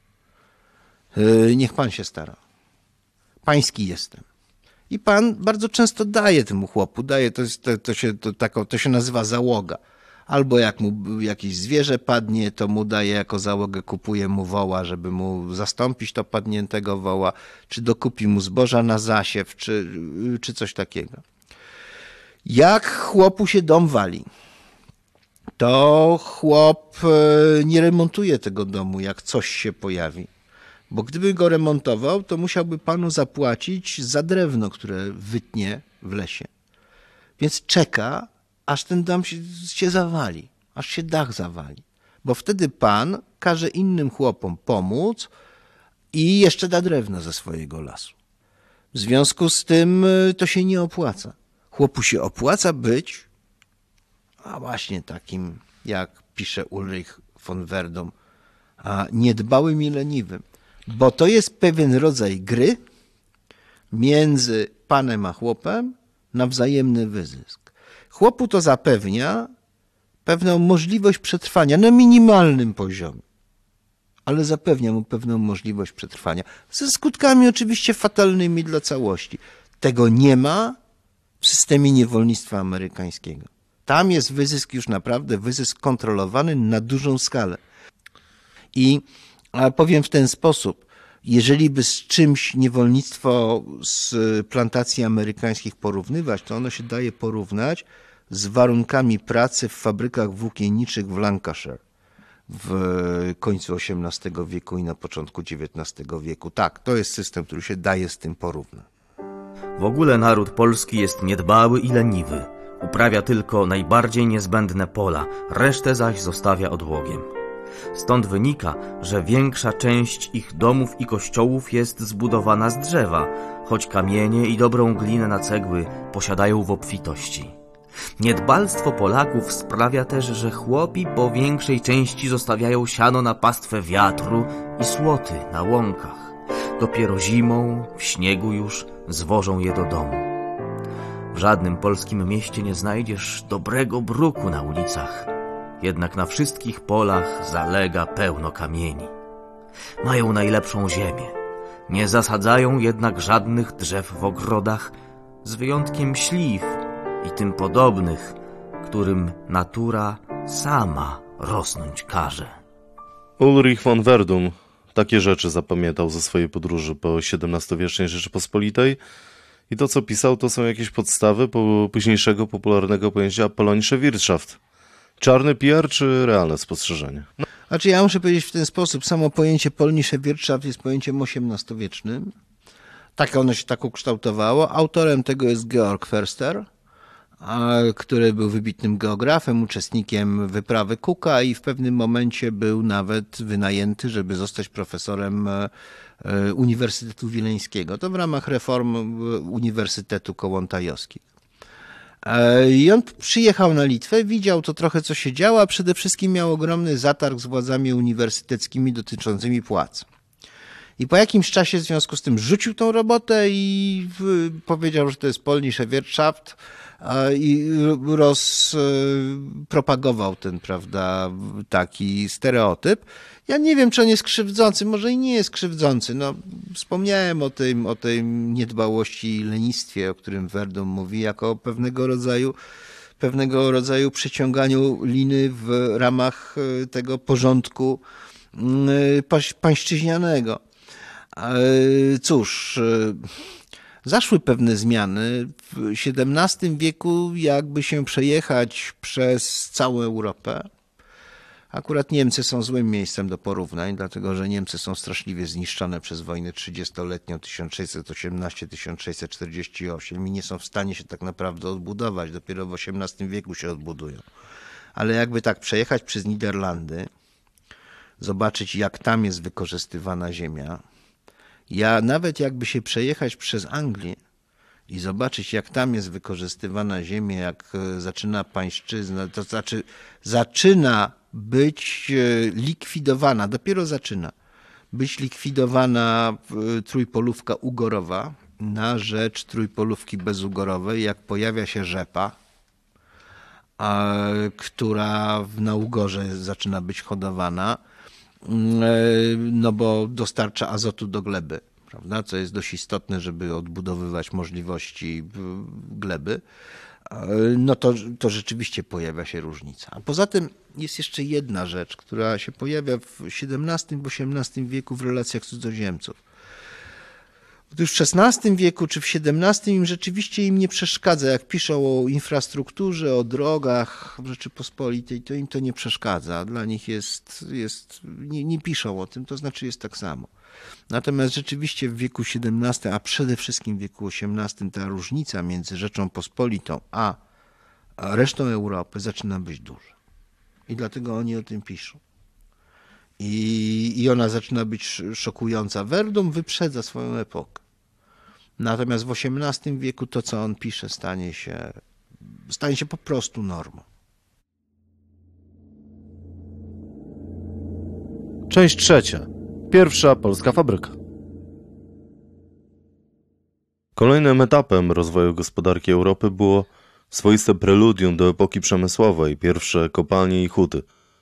Niech pan się stara. Pański jestem. I pan bardzo często daje temu chłopu, daje, to, jest, to, to, się, to, tako, to się nazywa załoga. Albo jak mu jakieś zwierzę padnie, to mu daje jako załogę, kupuje mu woła, żeby mu zastąpić to padniętego woła, czy dokupi mu zboża na zasiew, czy, czy coś takiego. Jak chłopu się dom wali, to chłop nie remontuje tego domu, jak coś się pojawi. Bo gdyby go remontował, to musiałby panu zapłacić za drewno, które wytnie w lesie. Więc czeka, aż ten dom się, się zawali, aż się dach zawali. Bo wtedy pan każe innym chłopom pomóc i jeszcze da drewno ze swojego lasu. W związku z tym to się nie opłaca. Chłopu się opłaca być, a właśnie takim, jak pisze Ulrich von Verdum, a niedbałym i leniwym. Bo to jest pewien rodzaj gry między panem a chłopem na wzajemny wyzysk. Chłopu to zapewnia pewną możliwość przetrwania na minimalnym poziomie, ale zapewnia mu pewną możliwość przetrwania, ze skutkami oczywiście fatalnymi dla całości. Tego nie ma w systemie niewolnictwa amerykańskiego. Tam jest wyzysk już naprawdę wyzysk kontrolowany na dużą skalę. I powiem w ten sposób, jeżeli by z czymś niewolnictwo z plantacji amerykańskich porównywać, to ono się daje porównać z warunkami pracy w fabrykach włókienniczych w Lancashire w końcu osiemnastego wieku i na początku dziewiętnastego wieku. Tak, to jest system, który się daje z tym porównać. W ogóle naród polski jest niedbały i leniwy. Uprawia tylko najbardziej niezbędne pola, resztę zaś zostawia odłogiem. Stąd wynika, że większa część ich domów i kościołów jest zbudowana z drzewa, choć kamienie i dobrą glinę na cegły posiadają w obfitości. Niedbalstwo Polaków sprawia też, że chłopi po większej części zostawiają siano na pastwę wiatru i słoty na łąkach. Dopiero zimą, w śniegu już, zwożą je do domu. W żadnym polskim mieście nie znajdziesz dobrego bruku na ulicach, jednak na wszystkich polach zalega pełno kamieni. Mają najlepszą ziemię, nie zasadzają jednak żadnych drzew w ogrodach, z wyjątkiem śliw i tym podobnych, którym natura sama rosnąć każe. Ulrich von Verdum takie rzeczy zapamiętał ze swojej podróży po siedemnastowiecznej Rzeczypospolitej i to, co pisał, to są jakieś podstawy po późniejszego popularnego pojęcia Polnische Wirtschaft. Czarny P R czy realne spostrzeżenie? No. Znaczy ja muszę powiedzieć w ten sposób, samo pojęcie Polnische Wirtschaft jest pojęciem osiemnastowiecznym. Tak ono się tak ukształtowało. Autorem tego jest Georg Förster, który był wybitnym geografem, uczestnikiem wyprawy Cooka i w pewnym momencie był nawet wynajęty, żeby zostać profesorem Uniwersytetu Wileńskiego. To w ramach reform Uniwersytetu Kołłątajowskiego. I on przyjechał na Litwę, widział to trochę, co się działo, a przede wszystkim miał ogromny zatarg z władzami uniwersyteckimi dotyczącymi płac. I po jakimś czasie w związku z tym rzucił tą robotę i powiedział, że to jest Polnische Wirtschaft i rozpropagował ten, prawda, taki stereotyp. Ja nie wiem, czy on jest krzywdzący, może i nie jest krzywdzący. No, wspomniałem o tym, o tej niedbałości i lenistwie, o którym Verdum mówi, jako o pewnego rodzaju, pewnego rodzaju przeciąganiu liny w ramach tego porządku pańszczyźnianego. Cóż, zaszły pewne zmiany. W siedemnastym wieku, jakby się przejechać przez całą Europę, akurat Niemcy są złym miejscem do porównań, dlatego że Niemcy są straszliwie zniszczone przez wojnę trzydziestoletnią tysiąc sześćset osiemnaście do tysiąc sześćset czterdzieści osiem i nie są w stanie się tak naprawdę odbudować. Dopiero w osiemnastym wieku się odbudują. Ale jakby tak przejechać przez Niderlandy, zobaczyć, jak tam jest wykorzystywana ziemia. Ja nawet jakby się przejechać przez Anglię i zobaczyć, jak tam jest wykorzystywana ziemia, jak zaczyna pańszczyzna, to znaczy zaczyna być likwidowana, dopiero zaczyna być likwidowana trójpolówka ugorowa na rzecz trójpolówki bezugorowej, jak pojawia się rzepa, a, która na ugorze zaczyna być hodowana, no bo dostarcza azotu do gleby, prawda? Co jest dość istotne, żeby odbudowywać możliwości gleby, no to, to rzeczywiście pojawia się różnica. A poza tym jest jeszcze jedna rzecz, która się pojawia w siedemnastym, w osiemnastym wieku w relacjach cudzoziemców. Otóż w szesnastym wieku czy w siedemnastym im rzeczywiście im nie przeszkadza. Jak piszą o infrastrukturze, o drogach w Rzeczypospolitej, to im to nie przeszkadza. Dla nich jest, jest nie, nie piszą o tym, to znaczy jest tak samo. Natomiast rzeczywiście w wieku siedemnastym, a przede wszystkim w wieku osiemnastym ta różnica między Rzecząpospolitą a resztą Europy zaczyna być duża. I dlatego oni o tym piszą. I, i ona zaczyna być szokująca. Verdum wyprzedza swoją epokę. Natomiast w osiemnastym wieku to, co on pisze, stanie się, stanie się po prostu normą. Część trzecia. Pierwsza polska fabryka. Kolejnym etapem rozwoju gospodarki Europy było swoiste preludium do epoki przemysłowej, pierwsze kopalnie i huty.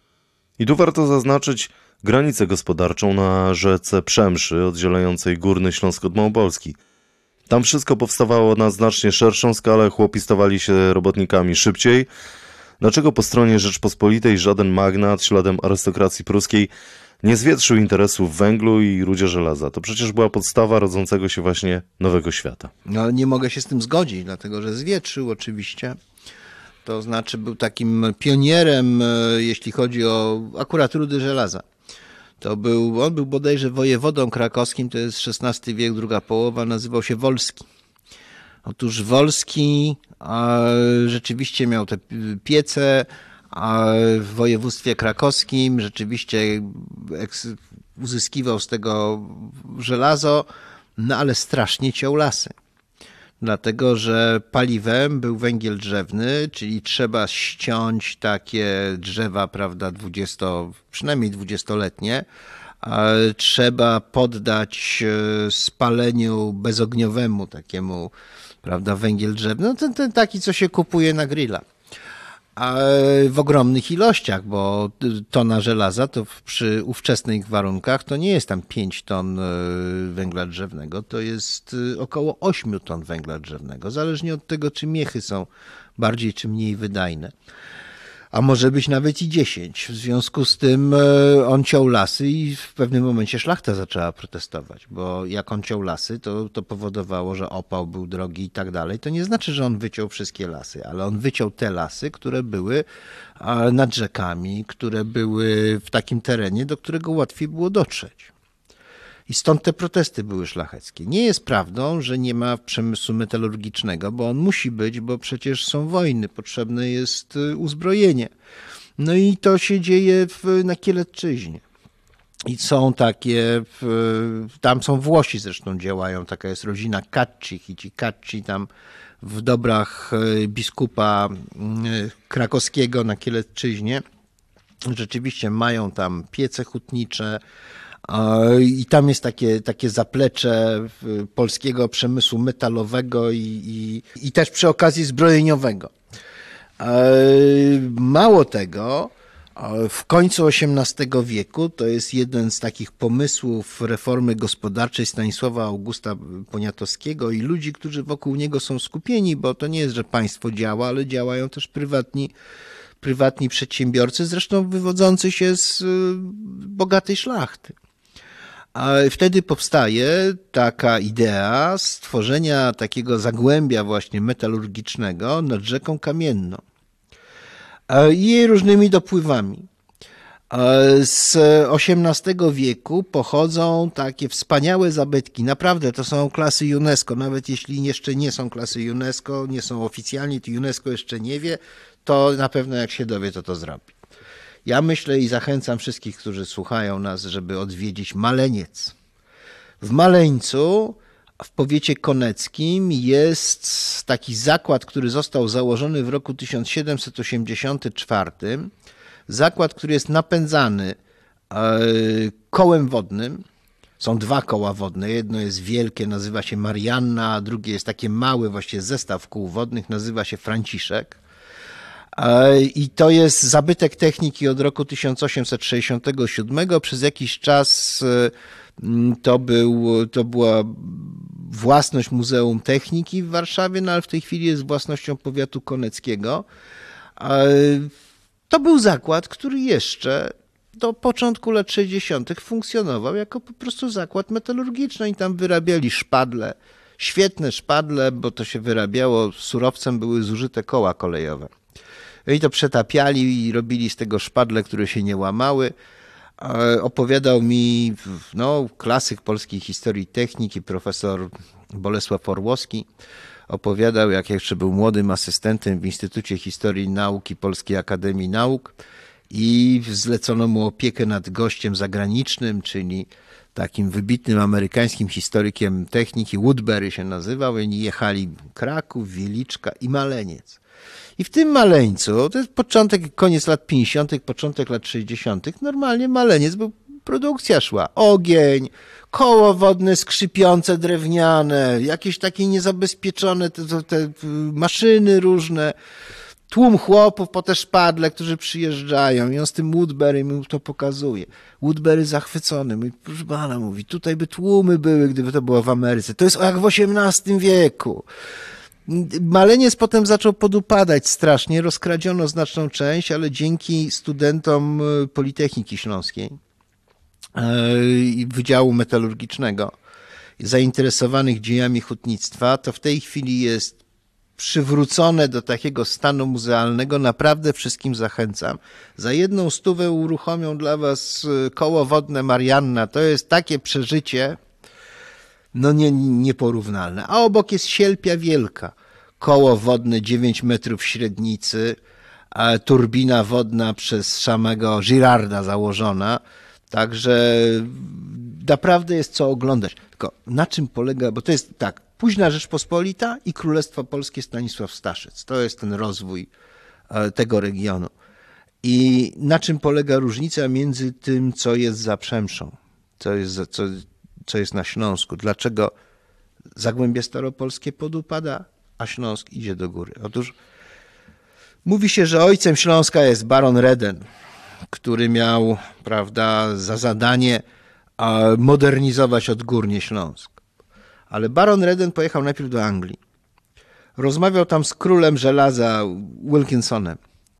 I tu warto zaznaczyć granicę gospodarczą na rzece Przemszy, oddzielającej Górny Śląsk od Małopolski. Tam wszystko powstawało na znacznie szerszą skalę, chłopi stawali się robotnikami szybciej. Dlaczego po stronie Rzeczpospolitej żaden magnat, śladem arystokracji pruskiej, nie zwietrzył interesów w węglu i rudzie żelaza? To przecież była podstawa rodzącego się właśnie nowego świata. No nie mogę się z tym zgodzić, dlatego że zwietrzył oczywiście. To znaczy był takim pionierem, jeśli chodzi o akurat rudy żelaza. To był, on był bodajże wojewodą krakowskim, to jest szesnasty wiek, druga połowa, nazywał się Wolski. Otóż Wolski a, rzeczywiście miał te piece, a w województwie krakowskim rzeczywiście eks, uzyskiwał z tego żelazo, no ale strasznie ciął lasy. Dlatego, że paliwem był węgiel drzewny, czyli trzeba ściąć takie drzewa, prawda, dwudziesto, przynajmniej dwudziestoletnie. Trzeba poddać spaleniu bezogniowemu takiemu, prawda, węgiel drzewny. No ten, ten taki, co się kupuje na grilla. A w ogromnych ilościach, bo tona żelaza to przy ówczesnych warunkach to nie jest tam pięć ton węgla drzewnego, to jest około osiem ton węgla drzewnego, zależnie od tego, czy miechy są bardziej czy mniej wydajne. A może być nawet i dziesięć. W związku z tym on ciął lasy i w pewnym momencie szlachta zaczęła protestować, bo jak on ciął lasy, to, to powodowało, że opał był drogi i tak dalej. To nie znaczy, że on wyciął wszystkie lasy, ale on wyciął te lasy, które były nad rzekami, które były w takim terenie, do którego łatwiej było dotrzeć. I stąd te protesty były szlacheckie. Nie jest prawdą, że nie ma przemysłu metalurgicznego, bo on musi być, bo przecież są wojny, potrzebne jest uzbrojenie. No i to się dzieje w, na Kielecczyźnie. I są takie, tam są Włosi zresztą działają, taka jest rodzina Kaccich i ci Kacci tam w dobrach biskupa krakowskiego na Kielecczyźnie rzeczywiście mają tam piece hutnicze, i tam jest takie, takie zaplecze polskiego przemysłu metalowego i, i, i też przy okazji zbrojeniowego. Mało tego, w końcu osiemnastego wieku, to jest jeden z takich pomysłów reformy gospodarczej Stanisława Augusta Poniatowskiego i ludzi, którzy wokół niego są skupieni, bo to nie jest, że państwo działa, ale działają też prywatni prywatni przedsiębiorcy, zresztą wywodzący się z bogatej szlachty. A wtedy powstaje taka idea stworzenia takiego zagłębia właśnie metalurgicznego nad rzeką Kamienną i jej różnymi dopływami. Z osiemnastego wieku pochodzą takie wspaniałe zabytki. Naprawdę to są klasy UNESCO. Nawet jeśli jeszcze nie są klasy UNESCO, nie są oficjalnie, to UNESCO jeszcze nie wie, to na pewno jak się dowie, to to zrobi. Ja myślę i zachęcam wszystkich, którzy słuchają nas, żeby odwiedzić Maleniec. W Maleńcu, w powiecie koneckim, jest taki zakład, który został założony w roku tysiąc siedemset osiemdziesiątym czwartym. Zakład, który jest napędzany kołem wodnym. Są dwa koła wodne. Jedno jest wielkie, nazywa się Marianna, a drugie jest takie małe, właśnie zestaw kół wodnych, nazywa się Franciszek. I to jest zabytek techniki od roku tysiąc osiemset sześćdziesiątego siódmego. Przez jakiś czas to, był, to była własność Muzeum Techniki w Warszawie, no ale w tej chwili jest własnością powiatu koneckiego. To był zakład, który jeszcze do początku lat sześćdziesiątych funkcjonował jako po prostu zakład metalurgiczny i tam wyrabiali szpadle, świetne szpadle, bo to się wyrabiało, surowcem były zużyte koła kolejowe. I to przetapiali i robili z tego szpadle, które się nie łamały. Opowiadał mi no, klasyk polskiej historii techniki, profesor Bolesław Orłowski. Opowiadał, jak jeszcze był młodym asystentem w Instytucie Historii i Nauki Polskiej Akademii Nauk i zlecono mu opiekę nad gościem zagranicznym, czyli takim wybitnym amerykańskim historykiem techniki, Woodbury się nazywał, i oni jechali Kraków, Wieliczka i Maleniec. I w tym Maleńcu, to jest początek, koniec lat pięćdziesiątych, początek lat sześćdziesiątych, normalnie Maleniec był produkcja szła. Ogień, koło wodne skrzypiące, drewniane, jakieś takie niezabezpieczone te, te maszyny różne, tłum chłopów po te szpadle, którzy przyjeżdżają i on z tym Woodbury mu to pokazuje. Woodbury zachwycony, mówi, proszę pana, mówi, tutaj by tłumy były, gdyby to było w Ameryce. To jest jak w osiemnastym wieku. Maleniec potem zaczął podupadać strasznie, rozkradziono znaczną część, ale dzięki studentom Politechniki Śląskiej i Wydziału Metalurgicznego zainteresowanych dziejami hutnictwa, to w tej chwili jest przywrócone do takiego stanu muzealnego. Naprawdę wszystkim zachęcam. Za jedną stówę uruchomią dla was koło wodne Marianna. To jest takie przeżycie, no nie, nieporównalne. A obok jest Sielpia Wielka. Koło wodne dziewięć metrów średnicy, a turbina wodna przez samego Girarda założona. Także naprawdę jest co oglądać. Tylko na czym polega, bo to jest tak, późna Rzeczpospolita i Królestwo Polskie Stanisław Staszic. To jest ten rozwój tego regionu. I na czym polega różnica między tym, co jest za Przemszą, co jest, co, co jest na Śląsku. Dlaczego Zagłębie Staropolskie podupada, a Śląsk idzie do góry? Otóż mówi się, że ojcem Śląska jest baron Reden, który miał, prawda, za zadanie modernizować odgórnie Śląsk. Ale baron Reden pojechał najpierw do Anglii. Rozmawiał tam z królem żelaza Wilkinsonem.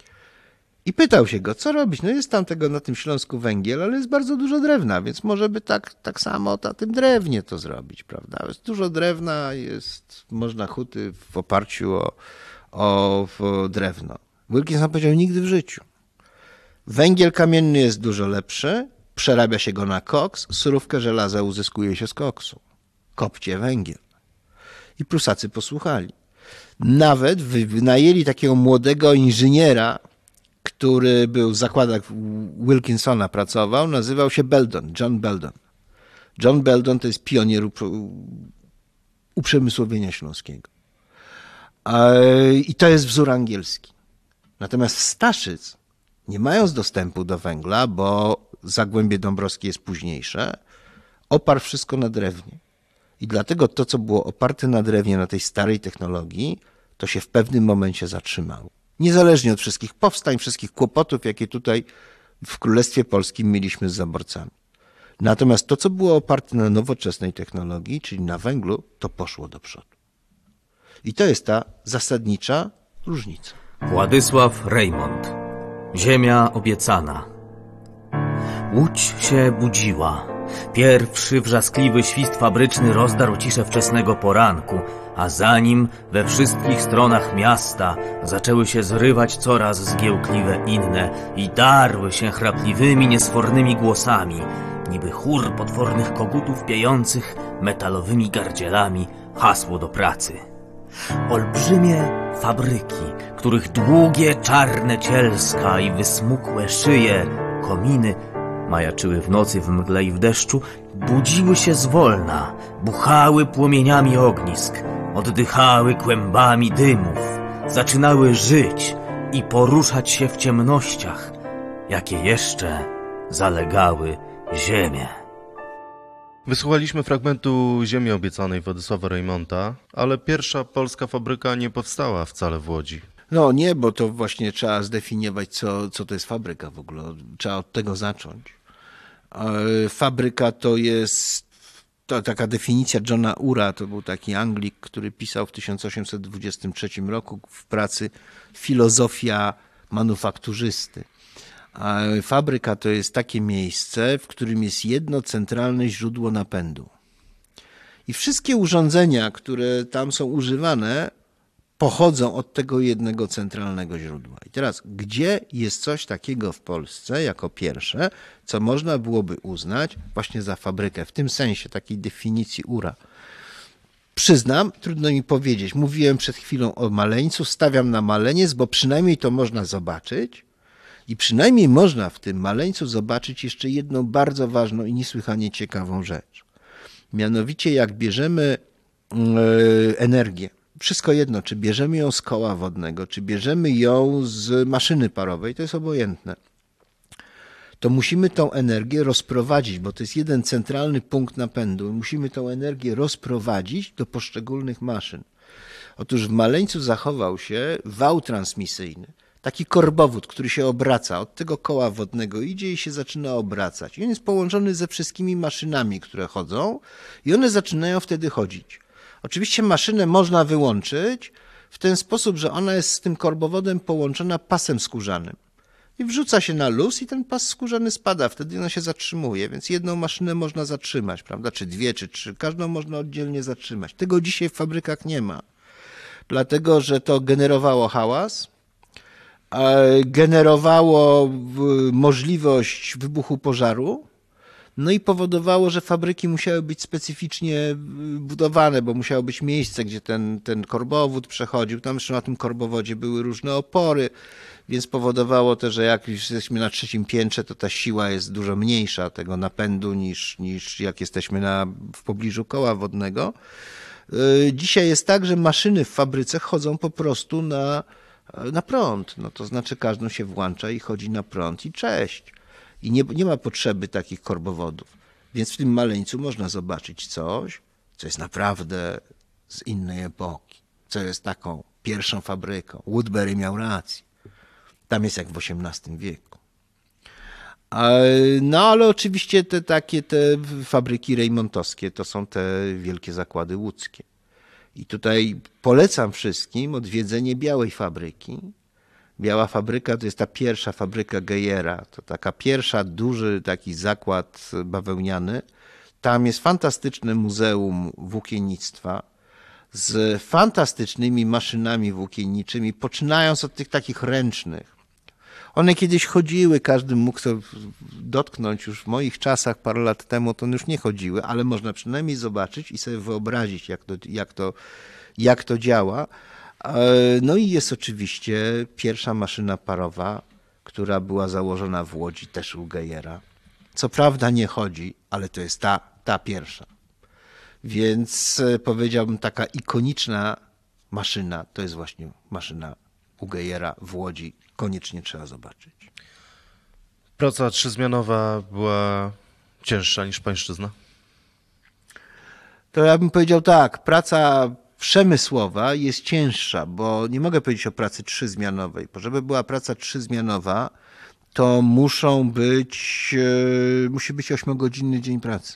I pytał się go, co robić? No jest tam tego na tym Śląsku węgiel, ale jest bardzo dużo drewna, więc może by tak, tak samo na tym drewnie to zrobić, prawda? Jest dużo drewna, jest, można huty w oparciu o, o, o drewno. Wilkinson powiedział, nigdy w życiu. Węgiel kamienny jest dużo lepszy, przerabia się go na koks, surówkę żelaza uzyskuje się z koksu. Kopcie węgiel. I Prusacy posłuchali. Nawet wynajęli takiego młodego inżyniera, który był w zakładach Wilkinsona pracował, nazywał się Beldon, John Beldon. John Beldon to jest pionier uprzemysłowienia śląskiego. I to jest wzór angielski. Natomiast Staszic, nie mając dostępu do węgla, bo Zagłębie Dąbrowskie jest późniejsze, oparł wszystko na drewnie. I dlatego to, co było oparte na drewnie, na tej starej technologii, to się w pewnym momencie zatrzymało. Niezależnie od wszystkich powstań, wszystkich kłopotów, jakie tutaj w Królestwie Polskim mieliśmy z zaborcami. Natomiast to, co było oparte na nowoczesnej technologii, czyli na węglu, to poszło do przodu. I to jest ta zasadnicza różnica. Władysław Reymont. Ziemia obiecana. Łódź się budziła. Pierwszy wrzaskliwy świst fabryczny rozdarł ciszę wczesnego poranku, a za nim we wszystkich stronach miasta zaczęły się zrywać coraz zgiełkliwe inne i darły się chrapliwymi, niesfornymi głosami, niby chór potwornych kogutów piejących metalowymi gardzielami hasło do pracy. Olbrzymie fabryki, których długie, czarne cielska i wysmukłe szyje, kominy majaczyły w nocy w mgle i w deszczu, budziły się zwolna, buchały płomieniami ognisk, oddychały kłębami dymów, zaczynały żyć i poruszać się w ciemnościach, jakie jeszcze zalegały ziemię. Wysłuchaliśmy fragmentu Ziemi obiecanej Władysława Reymonta, ale pierwsza polska fabryka nie powstała wcale w Łodzi. No nie, bo to właśnie trzeba zdefiniować, co, co to jest fabryka w ogóle. Trzeba od tego zacząć. Fabryka to jest to taka definicja Johna Ura, to był taki Anglik, który pisał w tysiąc osiemset dwudziestym trzecim roku w pracy Filozofia manufakturzysty. A fabryka to jest takie miejsce, w którym jest jedno centralne źródło napędu. I wszystkie urządzenia, które tam są używane, pochodzą od tego jednego centralnego źródła. I teraz, gdzie jest coś takiego w Polsce jako pierwsze, co można byłoby uznać właśnie za fabrykę, w tym sensie takiej definicji Ura? Przyznam, trudno mi powiedzieć. Mówiłem przed chwilą o Maleńcu, stawiam na Maleniec, bo przynajmniej to można zobaczyć i przynajmniej można w tym Maleńcu zobaczyć jeszcze jedną bardzo ważną i niesłychanie ciekawą rzecz. Mianowicie jak bierzemy energię, wszystko jedno, czy bierzemy ją z koła wodnego, czy bierzemy ją z maszyny parowej, to jest obojętne. to musimy tą energię rozprowadzić, bo to jest jeden centralny punkt napędu. Musimy tą energię rozprowadzić do poszczególnych maszyn. Otóż w Maleńcu zachował się wał transmisyjny, taki korbowód, który się obraca, od tego koła wodnego idzie i się zaczyna obracać. I on jest połączony ze wszystkimi maszynami, które chodzą i one zaczynają wtedy chodzić. Oczywiście maszynę można wyłączyć w ten sposób, że ona jest z tym korbowodem połączona pasem skórzanym. I wrzuca się na luz i ten pas skórzany spada, wtedy ona się zatrzymuje, więc jedną maszynę można zatrzymać, prawda, czy dwie, czy trzy, każdą można oddzielnie zatrzymać. Tego dzisiaj w fabrykach nie ma, dlatego że to generowało hałas, generowało możliwość wybuchu pożaru, no i powodowało, że fabryki musiały być specyficznie budowane, bo musiało być miejsce, gdzie ten, ten korbowód przechodził. Tam jeszcze na tym korbowodzie były różne opory, więc powodowało to, że jak już jesteśmy na trzecim piętrze, to ta siła jest dużo mniejsza tego napędu niż, niż jak jesteśmy na, w pobliżu koła wodnego. Dzisiaj jest tak, że maszyny w fabryce chodzą po prostu na, na prąd. No to znaczy każdą się włącza i chodzi na prąd i cześć. I nie, nie ma potrzeby takich korbowodów. Więc w tym Maleńcu można zobaczyć coś, co jest naprawdę z innej epoki. Co jest taką pierwszą fabryką. Woodbury miał rację. Tam jest jak w osiemnastym wieku. No ale oczywiście te takie te fabryki rejmontowskie to są te wielkie zakłady łódzkie. I tutaj polecam wszystkim odwiedzenie Białej Fabryki. Biała Fabryka to jest ta pierwsza fabryka Gejera, to taka pierwsza duży taki zakład bawełniany. Tam jest fantastyczne muzeum włókiennictwa z fantastycznymi maszynami włókienniczymi, poczynając od tych takich ręcznych. One kiedyś chodziły, każdy mógł to dotknąć już w moich czasach, parę lat temu to już nie chodziły, ale można przynajmniej zobaczyć i sobie wyobrazić, jak to, jak to, jak to działa. No i jest oczywiście pierwsza maszyna parowa, która była założona w Łodzi, też u Gejera. Co prawda nie chodzi, ale to jest ta, ta pierwsza. Więc powiedziałbym, taka ikoniczna maszyna to jest właśnie maszyna u Gejera w Łodzi. Koniecznie trzeba zobaczyć. Praca trzyzmianowa była cięższa niż pańszczyzna? To ja bym powiedział tak, praca przemysłowa jest cięższa, bo nie mogę powiedzieć o pracy trzyzmianowej, bo żeby była praca trzyzmianowa, to muszą być, musi być ośmiogodzinny dzień pracy.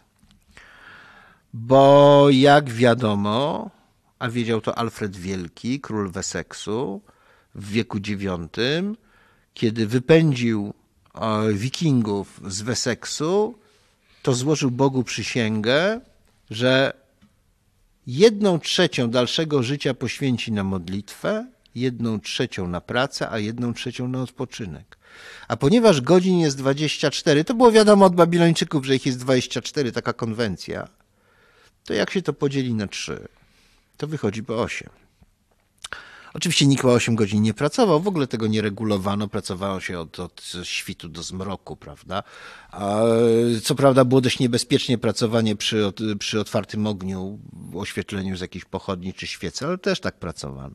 Bo jak wiadomo, a wiedział to Alfred Wielki, król Wesseksu w wieku dziewiątym, kiedy wypędził wikingów z Wesseksu, to złożył Bogu przysięgę, że jedną trzecią dalszego życia poświęci na modlitwę, jedną trzecią na pracę, a jedną trzecią na odpoczynek. A ponieważ godzin jest dwadzieścia cztery, to było wiadomo od Babilończyków, że ich jest dwadzieścia cztery, taka konwencja, to jak się to podzieli na trzy, to wychodzi po osiem. Oczywiście nikt po osiem godzin nie pracował, w ogóle tego nie regulowano, pracowało się od, od świtu do zmroku, prawda? A co prawda było dość niebezpiecznie pracowanie przy, przy otwartym ogniu, oświetleniu z jakichś pochodni czy świecy, ale też tak pracowano.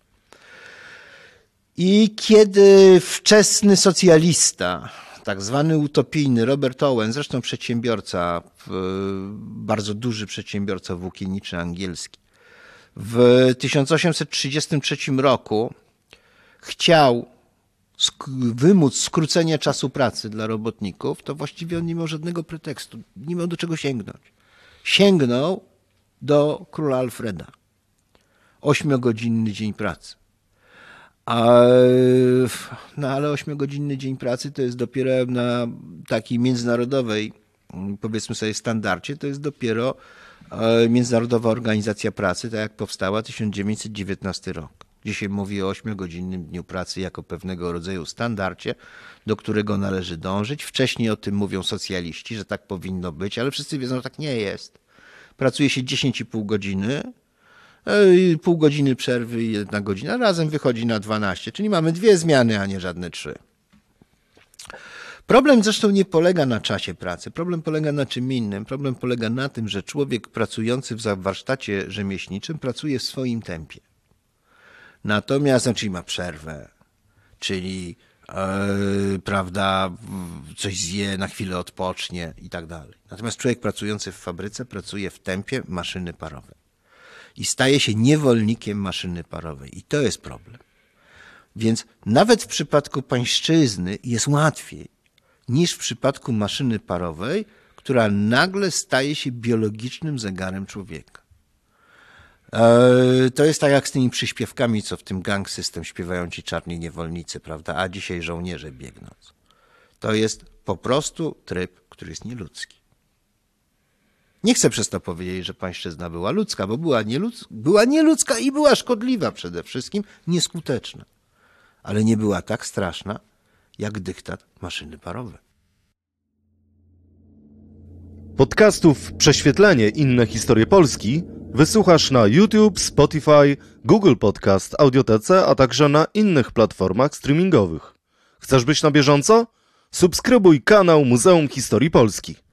I kiedy wczesny socjalista, tak zwany utopijny Robert Owen, zresztą przedsiębiorca, bardzo duży przedsiębiorca włókienniczy angielski, w tysiąc osiemset trzydziestym trzecim roku chciał sk- wymóc skrócenia czasu pracy dla robotników, to właściwie on nie miał żadnego pretekstu, nie miał do czego sięgnąć. Sięgnął do króla Alfreda. Ośmiogodzinny dzień pracy. A, no ale ośmiogodzinny dzień pracy to jest dopiero na takiej międzynarodowej, powiedzmy sobie, standardzie, to jest dopiero Międzynarodowa Organizacja Pracy, tak jak powstała, tysiąc dziewięćset dziewiętnasty rok. Dzisiaj mówi o ośmiogodzinnym dniu pracy jako pewnego rodzaju standardzie, do którego należy dążyć. Wcześniej o tym mówią socjaliści, że tak powinno być, ale wszyscy wiedzą, że tak nie jest. Pracuje się dziesięć i pół godziny, pół godziny przerwy i jedna godzina, razem wychodzi na dwanaście, czyli mamy dwie zmiany, a nie żadne trzy. Problem zresztą nie polega na czasie pracy, problem polega na czym innym. Problem polega na tym, że człowiek pracujący w warsztacie rzemieślniczym pracuje w swoim tempie. Natomiast, no, czyli ma przerwę, czyli Yy, prawda, coś zje, na chwilę odpocznie i tak dalej. Natomiast człowiek pracujący w fabryce pracuje w tempie maszyny parowej i staje się niewolnikiem maszyny parowej i to jest problem. Więc nawet w przypadku pańszczyzny jest łatwiej niż w przypadku maszyny parowej, która nagle staje się biologicznym zegarem człowieka. To jest tak jak z tymi przyśpiewkami, co w tym Gang System śpiewają ci czarni niewolnicy, prawda? A dzisiaj żołnierze biegną. To jest po prostu tryb, który jest nieludzki. Nie chcę przez to powiedzieć, że pańszczyzna była ludzka, bo była nieludzka, była nieludzka i była szkodliwa przede wszystkim, nieskuteczna. Ale nie była tak straszna, jak dyktat maszyny parowej. Podcastów Prześwietlenie – Inne historie Polski wysłuchasz na YouTube, Spotify, Google Podcast, Audiotece, a także na innych platformach streamingowych. Chcesz być na bieżąco? Subskrybuj kanał Muzeum Historii Polski.